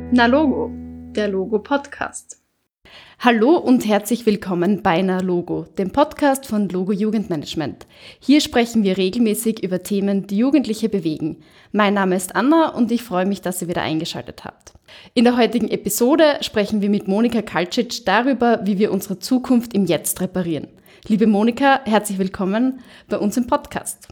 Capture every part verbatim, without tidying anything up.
Na Logo, der Logo-Podcast. Hallo und herzlich willkommen bei Na Logo, dem Podcast von Logo Jugendmanagement. Hier sprechen wir regelmäßig über Themen, die Jugendliche bewegen. Mein Name ist Anna und ich freue mich, dass ihr wieder eingeschaltet habt. In der heutigen Episode sprechen wir mit Monika Kalcic darüber, wie wir unsere Zukunft im Jetzt reparieren. Liebe Monika, herzlich willkommen bei uns im Podcast.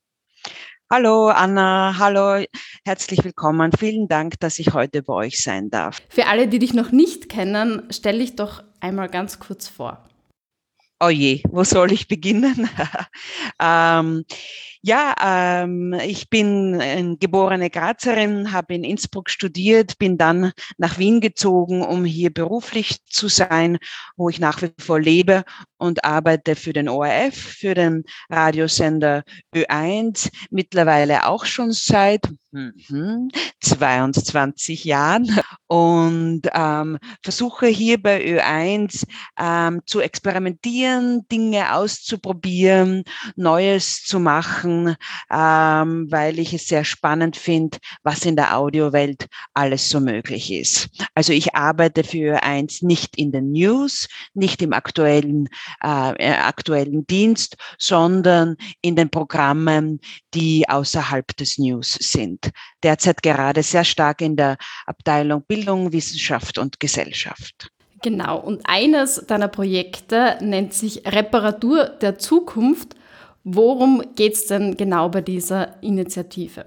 Hallo Anna, hallo, herzlich willkommen. Vielen Dank, dass ich heute bei euch sein darf. Für alle, die dich noch nicht kennen, stell dich doch einmal ganz kurz vor. Oh je, wo soll ich beginnen? ähm, ja, ähm, ich bin eine geborene Grazerin, habe in Innsbruck studiert, bin dann nach Wien gezogen, um hier beruflich zu sein, wo ich nach wie vor lebe und arbeite für den O R F, für den Radiosender Ö eins, mittlerweile auch schon seit mhm, zweiundzwanzig Jahren und ähm, versuche hier bei Ö eins ähm, zu experimentieren, Dinge auszuprobieren, Neues zu machen, ähm, weil ich es sehr spannend finde, was in der Audiowelt alles so möglich ist. Also ich arbeite für Ö eins nicht in den News, nicht im aktuellen, äh, aktuellen Dienst, sondern in den Programmen, die außerhalb des News sind. Derzeit gerade sehr stark in der Abteilung Bildung, Wissenschaft und Gesellschaft. Genau, und eines deiner Projekte nennt sich Reparatur der Zukunft. Worum geht es denn genau bei dieser Initiative?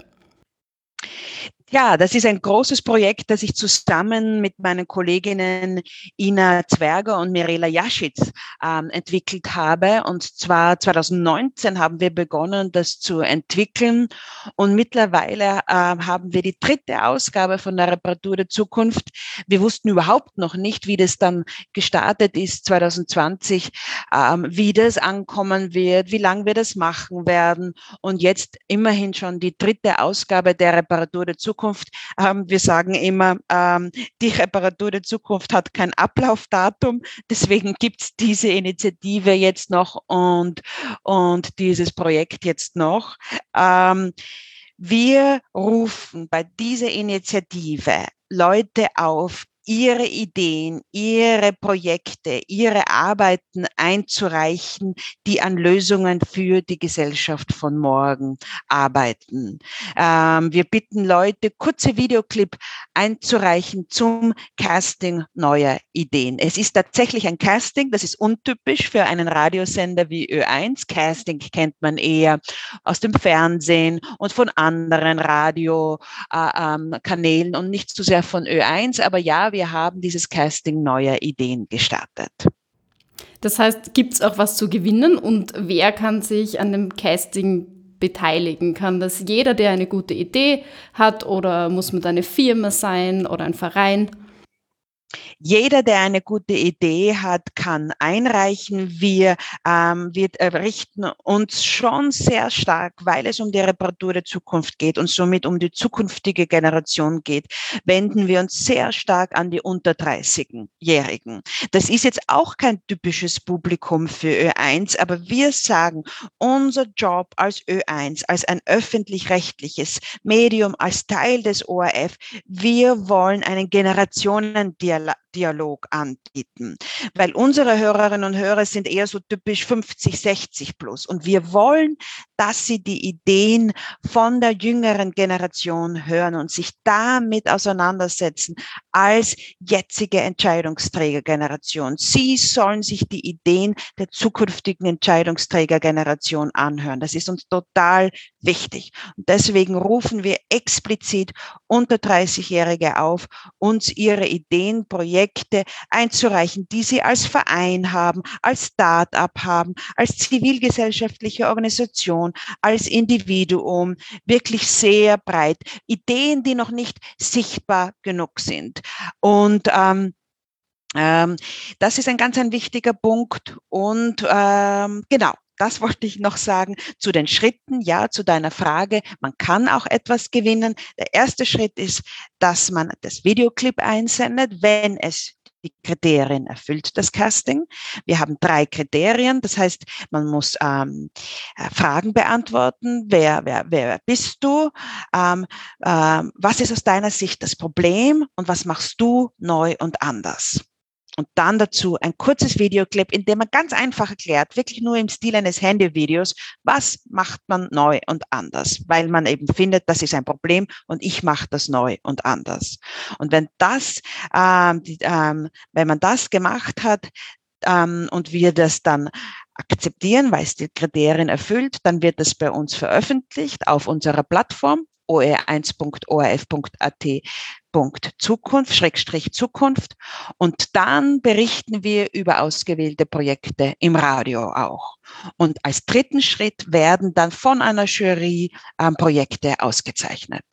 Ja, das ist ein großes Projekt, das ich zusammen mit meinen Kolleginnen Ina Zwerger und Mirela Jaschitz ähm, entwickelt habe. Und zwar zweitausendneunzehn haben wir begonnen, das zu entwickeln. Und mittlerweile äh, haben wir die dritte Ausgabe von der Reparatur der Zukunft. Wir wussten überhaupt noch nicht, wie das dann gestartet ist, zwanzig zwanzig, ähm, wie das ankommen wird, wie lange wir das machen werden. Und jetzt immerhin schon die dritte Ausgabe der Reparatur der Zukunft. Ähm, wir sagen immer, ähm, die Reparatur der Zukunft hat kein Ablaufdatum, deswegen gibt es diese Initiative jetzt noch und, und dieses Projekt jetzt noch. Ähm, wir rufen bei dieser Initiative Leute auf, ihre Ideen, ihre Projekte, ihre Arbeiten einzureichen, die an Lösungen für die Gesellschaft von morgen arbeiten. Ähm, wir bitten Leute, kurze Videoclip einzureichen zum Casting neuer Ideen. Es ist tatsächlich ein Casting, das ist untypisch für einen Radiosender wie Ö eins. Casting kennt man eher aus dem Fernsehen und von anderen Radiokanälen äh, ähm, und nicht so sehr von Ö eins, aber ja, wir haben dieses Casting neuer Ideen gestartet. Das heißt, gibt es auch was zu gewinnen und wer kann sich an dem Casting beteiligen? Kann das jeder, der eine gute Idee hat, oder muss man da eine Firma sein oder ein Verein? Jeder, der eine gute Idee hat, kann einreichen. Wir, ähm, wir richten uns schon sehr stark, weil es um die Reparatur der Zukunft geht und somit um die zukünftige Generation geht, wenden wir uns sehr stark an die unter dreißig-Jährigen. Das ist jetzt auch kein typisches Publikum für Ö eins, aber wir sagen, unser Job als Ö eins, als ein öffentlich-rechtliches Medium, als Teil des O R F, wir wollen einen Generationendialog Dialog anbieten, weil unsere Hörerinnen und Hörer sind eher so typisch fünfzig, sechzig plus und wir wollen, dass sie die Ideen von der jüngeren Generation hören und sich damit auseinandersetzen als jetzige Entscheidungsträgergeneration. Sie sollen sich die Ideen der zukünftigen Entscheidungsträgergeneration anhören. Das ist uns total wichtig. Und deswegen rufen wir explizit unter dreißig-Jährige auf, uns ihre Ideen, Projekte einzureichen, die sie als Verein haben, als Start-up haben, als zivilgesellschaftliche Organisation, als Individuum, wirklich sehr breit. Ideen, die noch nicht sichtbar genug sind. Und ähm, ähm, das ist ein ganz ein wichtiger Punkt. Und ähm, genau. Das wollte ich noch sagen zu den Schritten. Ja, zu deiner Frage. Man kann auch etwas gewinnen. Der erste Schritt ist, dass man das Videoclip einsendet, wenn es die Kriterien erfüllt das Casting. Wir haben drei Kriterien, das heißt, man muss ähm, Fragen beantworten. Wer, wer, wer bist du? Ähm, ähm, was ist aus deiner Sicht das Problem und was machst du neu und anders? Und dann dazu ein kurzes Videoclip, in dem man ganz einfach erklärt, wirklich nur im Stil eines Handyvideos, was macht man neu und anders, weil man eben findet, das ist ein Problem und ich mache das neu und anders. Und wenn das, ähm, die, ähm, wenn man das gemacht hat ähm, und wir das dann akzeptieren, weil es die Kriterien erfüllt, dann wird es bei uns veröffentlicht auf unserer Plattform o r eins punkt o r f punkt a t Zukunft, Schrägstrich Zukunft. Und dann berichten wir über ausgewählte Projekte im Radio auch. Und als dritten Schritt werden dann von einer Jury ähm, Projekte ausgezeichnet.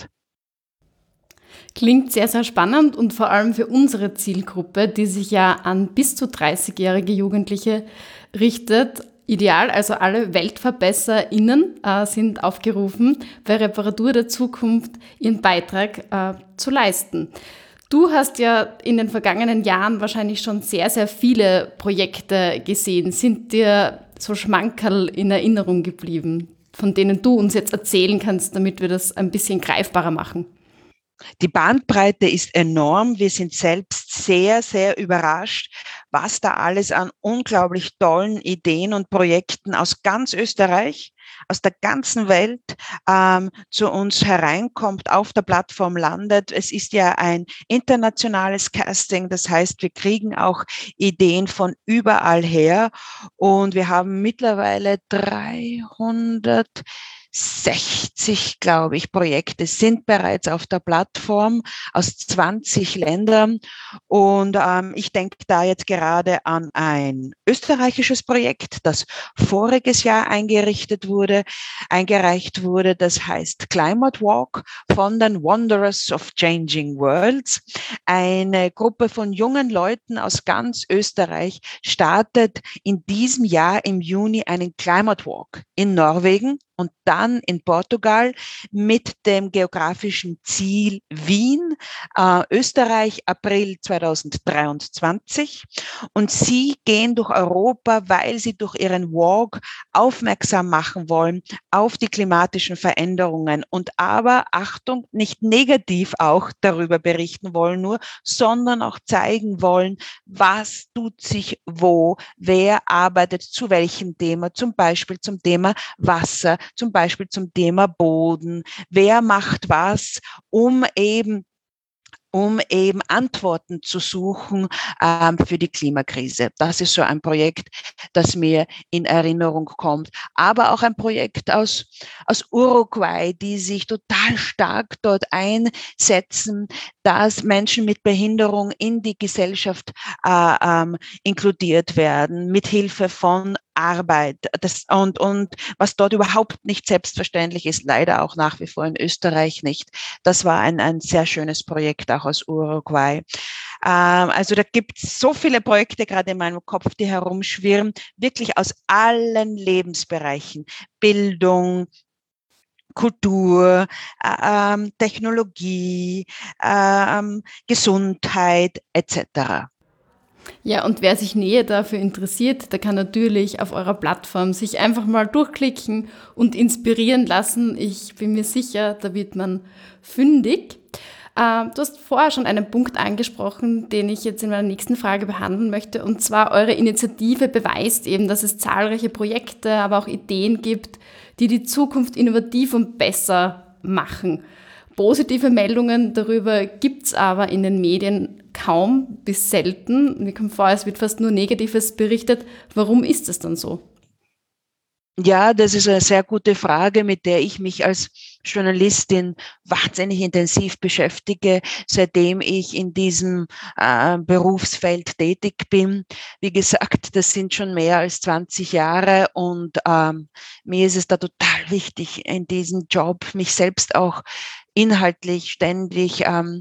Klingt sehr, sehr spannend und vor allem für unsere Zielgruppe, die sich ja an bis zu dreißigjährige Jugendliche richtet. Ideal, also alle WeltverbesserInnen äh, sind aufgerufen, bei Reparatur der Zukunft ihren Beitrag äh, zu leisten. Du hast ja in den vergangenen Jahren wahrscheinlich schon sehr, sehr viele Projekte gesehen. Sind dir so Schmankerl in Erinnerung geblieben, von denen du uns jetzt erzählen kannst, damit wir das ein bisschen greifbarer machen? Die Bandbreite ist enorm. Wir sind selbst sehr, sehr überrascht, was da alles an unglaublich tollen Ideen und Projekten aus ganz Österreich, aus der ganzen Welt ähm, zu uns hereinkommt, auf der Plattform landet. Es ist ja ein internationales Casting, das heißt, wir kriegen auch Ideen von überall her und wir haben mittlerweile dreihundertsechzig, glaube ich, Projekte sind bereits auf der Plattform aus zwanzig Ländern. Und ähm, ich denke da jetzt gerade an ein österreichisches Projekt, das voriges Jahr eingerichtet wurde, eingereicht wurde. Das heißt Climate Walk von den Wanderers of Changing Worlds. Eine Gruppe von jungen Leuten aus ganz Österreich startet in diesem Jahr im Juni einen Climate Walk in Norwegen und dann in Portugal mit dem geografischen Ziel Wien, äh, Österreich, April zweitausenddreiundzwanzig. Und sie gehen durch Europa, weil sie durch ihren Walk aufmerksam machen wollen auf die klimatischen Veränderungen und aber, Achtung, nicht negativ auch darüber berichten wollen nur, sondern auch zeigen wollen, was tut sich wo, wer arbeitet zu welchem Thema, zum Beispiel zum Thema Wasser, zum Beispiel zum Thema Boden, wer macht was, um eben um eben Antworten zu suchen ähm, für die Klimakrise. Das ist so ein Projekt, das mir in Erinnerung kommt. Aber auch ein Projekt aus, aus Uruguay, die sich total stark dort einsetzen, dass Menschen mit Behinderung in die Gesellschaft äh, ähm, inkludiert werden, mit Hilfe von Arbeit. Das, und, und was dort überhaupt nicht selbstverständlich ist, leider auch nach wie vor in Österreich nicht. Das war ein, ein sehr schönes Projekt auch aus Uruguay. Ähm, also da gibt es so viele Projekte gerade in meinem Kopf, die herumschwirren, wirklich aus allen Lebensbereichen. Bildung, Kultur, ähm, Technologie, ähm, Gesundheit et cetera. Ja, und wer sich näher dafür interessiert, der kann natürlich auf eurer Plattform sich einfach mal durchklicken und inspirieren lassen. Ich bin mir sicher, da wird man fündig. Äh, du hast vorher schon einen Punkt angesprochen, den ich jetzt in meiner nächsten Frage behandeln möchte. Und zwar, eure Initiative beweist eben, dass es zahlreiche Projekte, aber auch Ideen gibt, die die Zukunft innovativ und besser machen. Positive Meldungen darüber gibt es aber in den Medien kaum bis selten. Mir kommt vor, es wird fast nur Negatives berichtet. Warum ist es dann so? Ja, das ist eine sehr gute Frage, mit der ich mich als Journalistin wahnsinnig intensiv beschäftige, seitdem ich in diesem äh, Berufsfeld tätig bin. Wie gesagt, das sind schon mehr als zwanzig Jahre und ähm, mir ist es da total wichtig, in diesem Job mich selbst auch inhaltlich ständig ähm,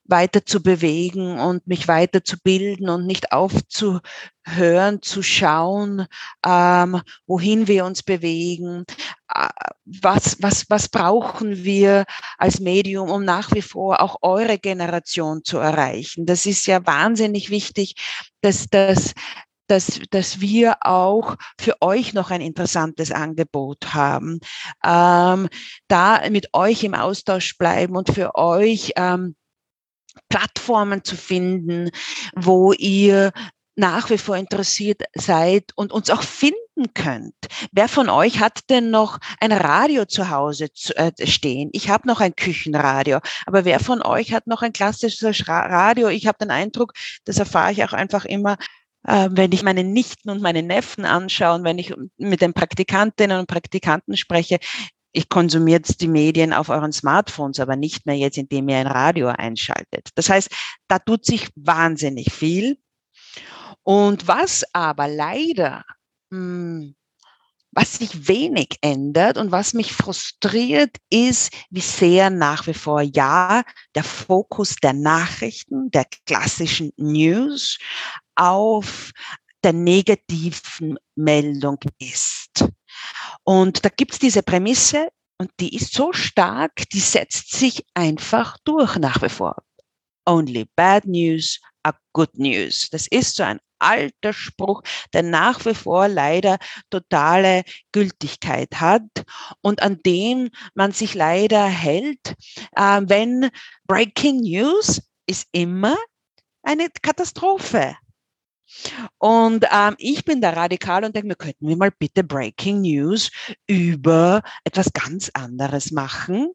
weiter zu bewegen und mich weiter zu bilden und nicht aufzuhören, zu schauen, ähm, wohin wir uns bewegen, äh, was, was, was brauchen wir als Medium, um nach wie vor auch eure Generation zu erreichen. Das ist ja wahnsinnig wichtig, dass das dass, dass wir auch für euch noch ein interessantes Angebot haben, ähm, da mit euch im Austausch bleiben und für euch ähm, Plattformen zu finden, wo ihr nach wie vor interessiert seid und uns auch finden könnt. Wer von euch hat denn noch ein Radio zu Hause stehen? Ich habe noch ein Küchenradio, aber wer von euch hat noch ein klassisches Radio? Ich habe den Eindruck, das erfahre ich auch einfach immer, wenn ich meine Nichten und meine Neffen anschaue, wenn ich mit den Praktikantinnen und Praktikanten spreche, ich konsumiere jetzt die Medien auf euren Smartphones, aber nicht mehr jetzt, indem ihr ein Radio einschaltet. Das heißt, da tut sich wahnsinnig viel. Und was aber leider, hm, was sich wenig ändert und was mich frustriert, ist, wie sehr nach wie vor, ja, der Fokus der Nachrichten, der klassischen News auf der negativen Meldung ist. Und da gibt's diese Prämisse und die ist so stark, die setzt sich einfach durch nach wie vor. Only bad news are good news. Das ist so ein alter Spruch, der nach wie vor leider totale Gültigkeit hat und an dem man sich leider hält, äh, wenn Breaking News ist immer eine Katastrophe. Und ähm, ich bin da radikal und denke, wir könnten wir mal bitte Breaking News über etwas ganz anderes machen.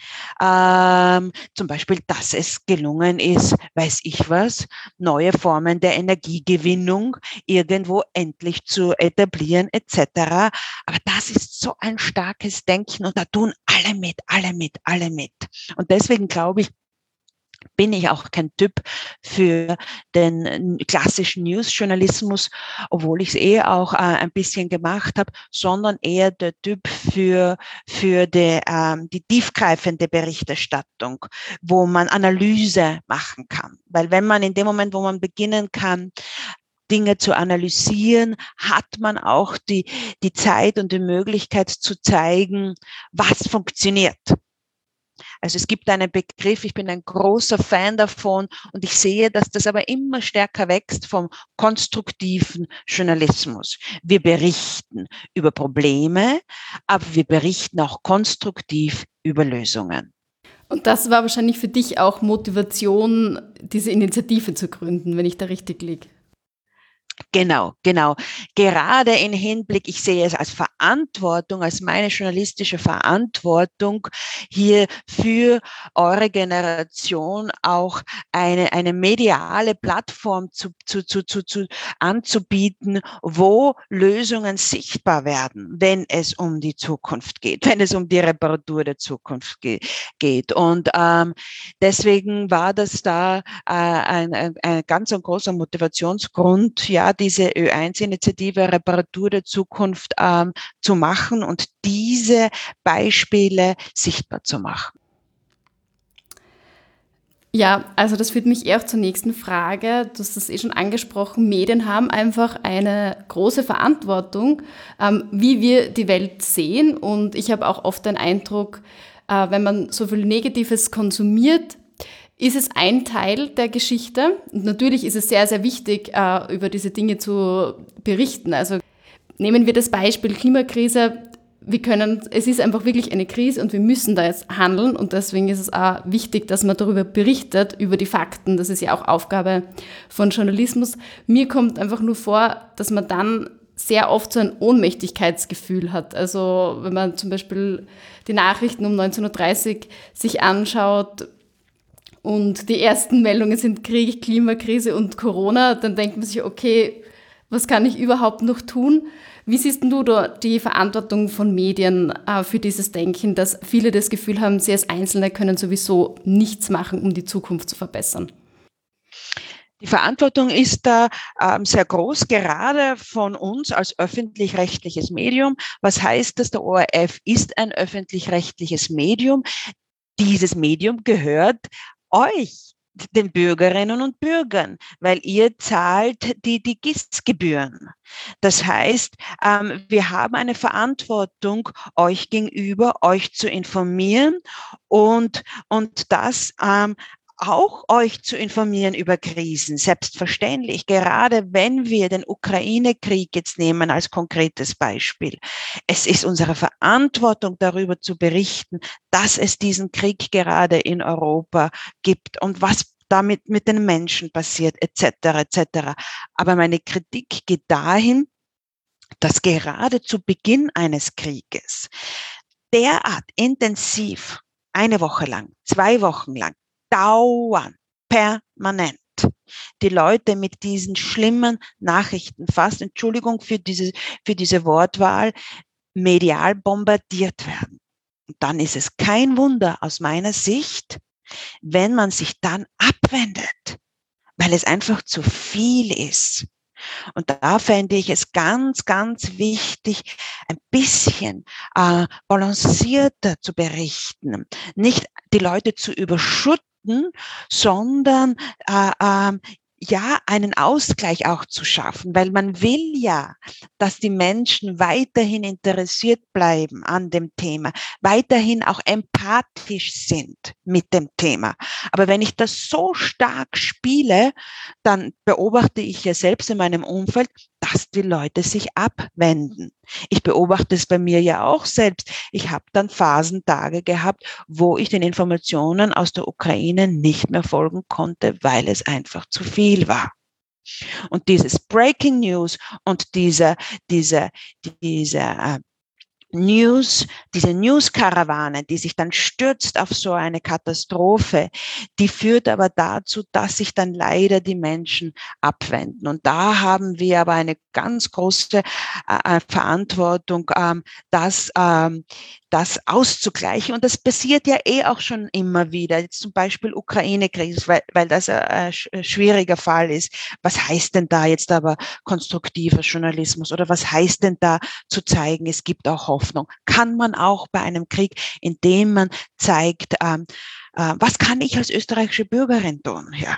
Ähm, zum Beispiel, dass es gelungen ist, weiß ich was, neue Formen der Energiegewinnung irgendwo endlich zu etablieren et cetera. Aber das ist so ein starkes Denken und da tun alle mit, alle mit, alle mit. Und deswegen glaube ich, bin ich auch kein Typ für den klassischen News-Journalismus, obwohl ich es eh auch äh, ein bisschen gemacht habe, sondern eher der Typ für, für die, ähm, die tiefgreifende Berichterstattung, wo man Analyse machen kann. Weil wenn man in dem Moment, wo man beginnen kann, Dinge zu analysieren, hat man auch die, die Zeit und die Möglichkeit zu zeigen, was funktioniert. Also es gibt einen Begriff, ich bin ein großer Fan davon und ich sehe, dass das aber immer stärker wächst vom konstruktiven Journalismus. Wir berichten über Probleme, aber wir berichten auch konstruktiv über Lösungen. Und das war wahrscheinlich für dich auch Motivation, diese Initiative zu gründen, wenn ich da richtig liege. Genau, genau. Gerade in Hinblick, ich sehe es als Verantwortung, als meine journalistische Verantwortung, hier für eure Generation auch eine, eine mediale Plattform zu, zu, zu, zu, zu anzubieten, wo Lösungen sichtbar werden, wenn es um die Zukunft geht, wenn es um die Reparatur der Zukunft ge- geht. Und ähm, deswegen war das da äh, ein, ein, ein ganz ein großer Motivationsgrund, ja, diese Ö eins Initiative Reparatur der Zukunft ähm, zu machen und diese Beispiele sichtbar zu machen. Ja, also das führt mich eher auch zur nächsten Frage. Du hast das eh schon angesprochen. Medien haben einfach eine große Verantwortung, ähm, wie wir die Welt sehen. Und ich habe auch oft den Eindruck, äh, wenn man so viel Negatives konsumiert, ist es ein Teil der Geschichte. Und natürlich ist es sehr, sehr wichtig, äh, über diese Dinge zu berichten. Also nehmen wir das Beispiel Klimakrise. Wir können, es ist einfach wirklich eine Krise und wir müssen da jetzt handeln. Und deswegen ist es auch wichtig, dass man darüber berichtet, über die Fakten. Das ist ja auch Aufgabe von Journalismus. Mir kommt einfach nur vor, dass man dann sehr oft so ein Ohnmächtigkeitsgefühl hat. Also wenn man zum Beispiel die Nachrichten um neunzehn Uhr dreißig sich anschaut, und die ersten Meldungen sind Krieg, Klimakrise und Corona, dann denkt man sich, okay, was kann ich überhaupt noch tun? Wie siehst du da die Verantwortung von Medien äh, für dieses Denken, dass viele das Gefühl haben, sie als Einzelne können sowieso nichts machen, um die Zukunft zu verbessern? Die Verantwortung ist da ähm, sehr groß, gerade von uns als öffentlich-rechtliches Medium. Was heißt das? Der O R F ist ein öffentlich-rechtliches Medium. Dieses Medium gehört euch. Den Bürgerinnen und Bürgern, weil ihr zahlt die, die G I S-Gebühren. Das heißt, ähm, wir haben eine Verantwortung, euch gegenüber, euch zu informieren und, und das ähm, auch euch zu informieren über Krisen. Selbstverständlich, gerade wenn wir den Ukraine-Krieg jetzt nehmen als konkretes Beispiel. Es ist unsere Verantwortung, darüber zu berichten, dass es diesen Krieg gerade in Europa gibt und was damit mit den Menschen passiert, et cetera, et cetera. Aber meine Kritik geht dahin, dass gerade zu Beginn eines Krieges derart intensiv, eine Woche lang, zwei Wochen lang, dauernd, permanent, die Leute mit diesen schlimmen Nachrichten fast, Entschuldigung für diese, für diese Wortwahl, medial bombardiert werden. Und dann ist es kein Wunder aus meiner Sicht, wenn man sich dann abwendet, weil es einfach zu viel ist. Und da fände ich es ganz, ganz wichtig, ein bisschen äh, balancierter zu berichten, nicht die Leute zu überschütten, sondern äh, äh, ja, einen Ausgleich auch zu schaffen, weil man will ja, dass die Menschen weiterhin interessiert bleiben an dem Thema, weiterhin auch empathisch sind mit dem Thema. Aber wenn ich das so stark spiele, dann beobachte ich ja selbst in meinem Umfeld, dass die Leute sich abwenden. Ich beobachte es bei mir ja auch selbst. Ich habe dann Phasentage gehabt, wo ich den Informationen aus der Ukraine nicht mehr folgen konnte, weil es einfach zu viel war. Und dieses Breaking News und diese, diese, diese äh, News, diese News-Karawane, die sich dann stürzt auf so eine Katastrophe, die führt aber dazu, dass sich dann leider die Menschen abwenden. Und da haben wir aber eine ganz große äh, Verantwortung, ähm, das, ähm, das auszugleichen. Und das passiert ja eh auch schon immer wieder. Jetzt zum Beispiel Ukraine-Krise, weil, weil das ein äh, schwieriger Fall ist. Was heißt denn da jetzt aber konstruktiver Journalismus? Oder was heißt denn da zu zeigen, es gibt auch Hoffnung? Kann man auch bei einem Krieg, indem man zeigt, ähm, äh, was kann ich als österreichische Bürgerin tun? Ja.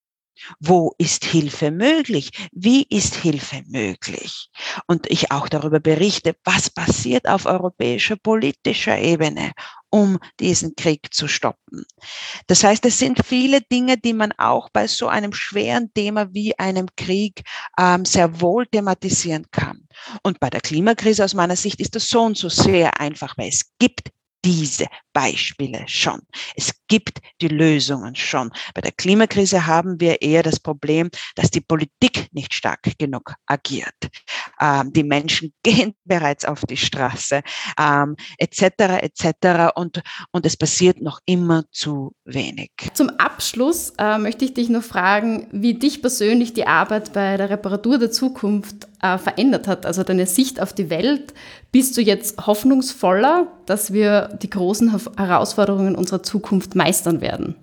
Wo ist Hilfe möglich? Wie ist Hilfe möglich? Und ich auch darüber berichte, was passiert auf europäischer politischer Ebene, um diesen Krieg zu stoppen. Das heißt, es sind viele Dinge, die man auch bei so einem schweren Thema wie einem Krieg ähm, sehr wohl thematisieren kann. Und bei der Klimakrise aus meiner Sicht ist das so und so sehr einfach, weil es gibt diese Beispiele schon. Es gibt die Lösungen schon. Bei der Klimakrise haben wir eher das Problem, dass die Politik nicht stark genug agiert. Ähm, die Menschen gehen bereits auf die Straße, ähm, et cetera et cetera. Und, und es passiert noch immer zu wenig. Zum Abschluss äh, möchte ich dich noch fragen, wie dich persönlich die Arbeit bei der Reparatur der Zukunft äh, verändert hat, also deine Sicht auf die Welt. Bist du jetzt hoffnungsvoller, dass wir die großen Herausforderungen unserer Zukunft meistern werden?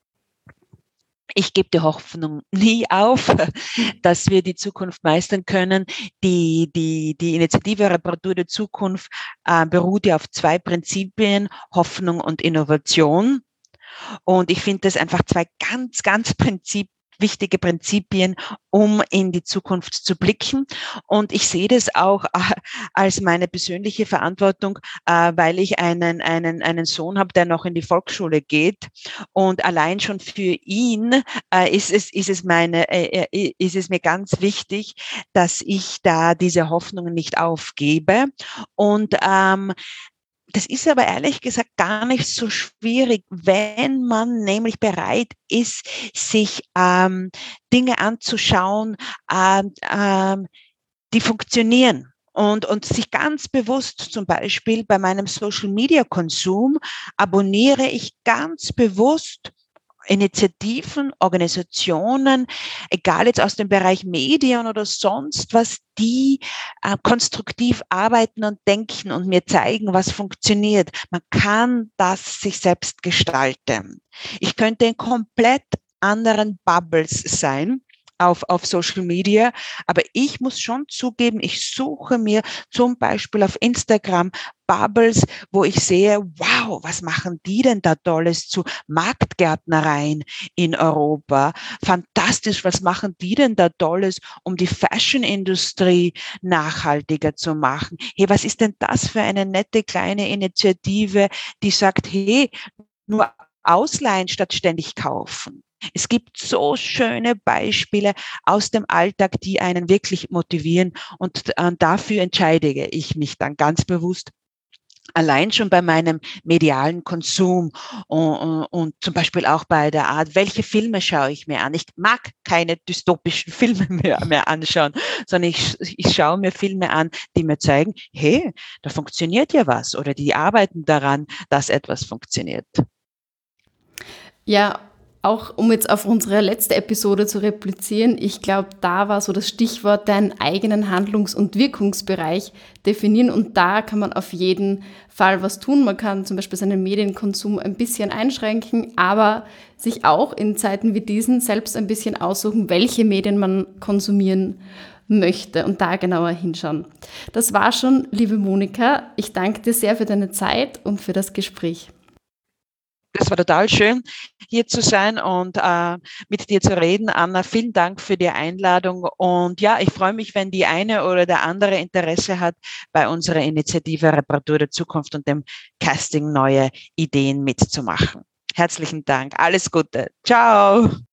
Ich gebe die Hoffnung nie auf, dass wir die Zukunft meistern können. Die, die, die Initiative Reparatur der Zukunft äh, beruht ja auf zwei Prinzipien, Hoffnung und Innovation. Und ich finde das einfach zwei ganz, ganz Prinzipien, wichtige Prinzipien, um in die Zukunft zu blicken. Und ich sehe das auch äh, als meine persönliche Verantwortung, äh, weil ich einen, einen, einen Sohn habe, der noch in die Volksschule geht. Und allein schon für ihn äh, ist es, ist es meine, äh, ist es mir ganz wichtig, dass ich da diese Hoffnungen nicht aufgebe. Und, ähm, das ist aber ehrlich gesagt gar nicht so schwierig, wenn man nämlich bereit ist, sich ähm, Dinge anzuschauen, ähm, ähm, die funktionieren. Und, und sich ganz bewusst, zum Beispiel bei meinem Social-Media-Konsum, abonniere ich ganz bewusst Initiativen, Organisationen, egal jetzt aus dem Bereich Medien oder sonst was, die äh, konstruktiv arbeiten und denken und mir zeigen, was funktioniert. Man kann das sich selbst gestalten. Ich könnte in komplett anderen Bubbles sein, auf, auf Social Media. Aber ich muss schon zugeben, ich suche mir zum Beispiel auf Instagram Bubbles, wo ich sehe, wow, was machen die denn da Tolles zu Marktgärtnereien in Europa? Fantastisch, was machen die denn da Tolles, um die Fashion-Industrie nachhaltiger zu machen? Hey, was ist denn das für eine nette kleine Initiative, die sagt, hey, nur ausleihen statt ständig kaufen? Es gibt so schöne Beispiele aus dem Alltag, die einen wirklich motivieren, und äh, dafür entscheide ich mich dann ganz bewusst, allein schon bei meinem medialen Konsum und, und zum Beispiel auch bei der Art, welche Filme schaue ich mir an. Ich mag keine dystopischen Filme mehr, mehr anschauen, sondern ich, ich schaue mir Filme an, die mir zeigen, hey, da funktioniert ja was, oder die arbeiten daran, dass etwas funktioniert. Ja, auch um jetzt auf unsere letzte Episode zu replizieren, ich glaube, da war so das Stichwort, deinen eigenen Handlungs- und Wirkungsbereich definieren, und da kann man auf jeden Fall was tun. Man kann zum Beispiel seinen Medienkonsum ein bisschen einschränken, aber sich auch in Zeiten wie diesen selbst ein bisschen aussuchen, welche Medien man konsumieren möchte und da genauer hinschauen. Das war schon, liebe Monika. Ich danke dir sehr für deine Zeit und für das Gespräch. Das war total schön, hier zu sein und äh, mit dir zu reden. Anna, vielen Dank für die Einladung. Und ja, ich freue mich, wenn die eine oder der andere Interesse hat, bei unserer Initiative Reparatur der Zukunft und dem Casting neue Ideen mitzumachen. Herzlichen Dank. Alles Gute. Ciao.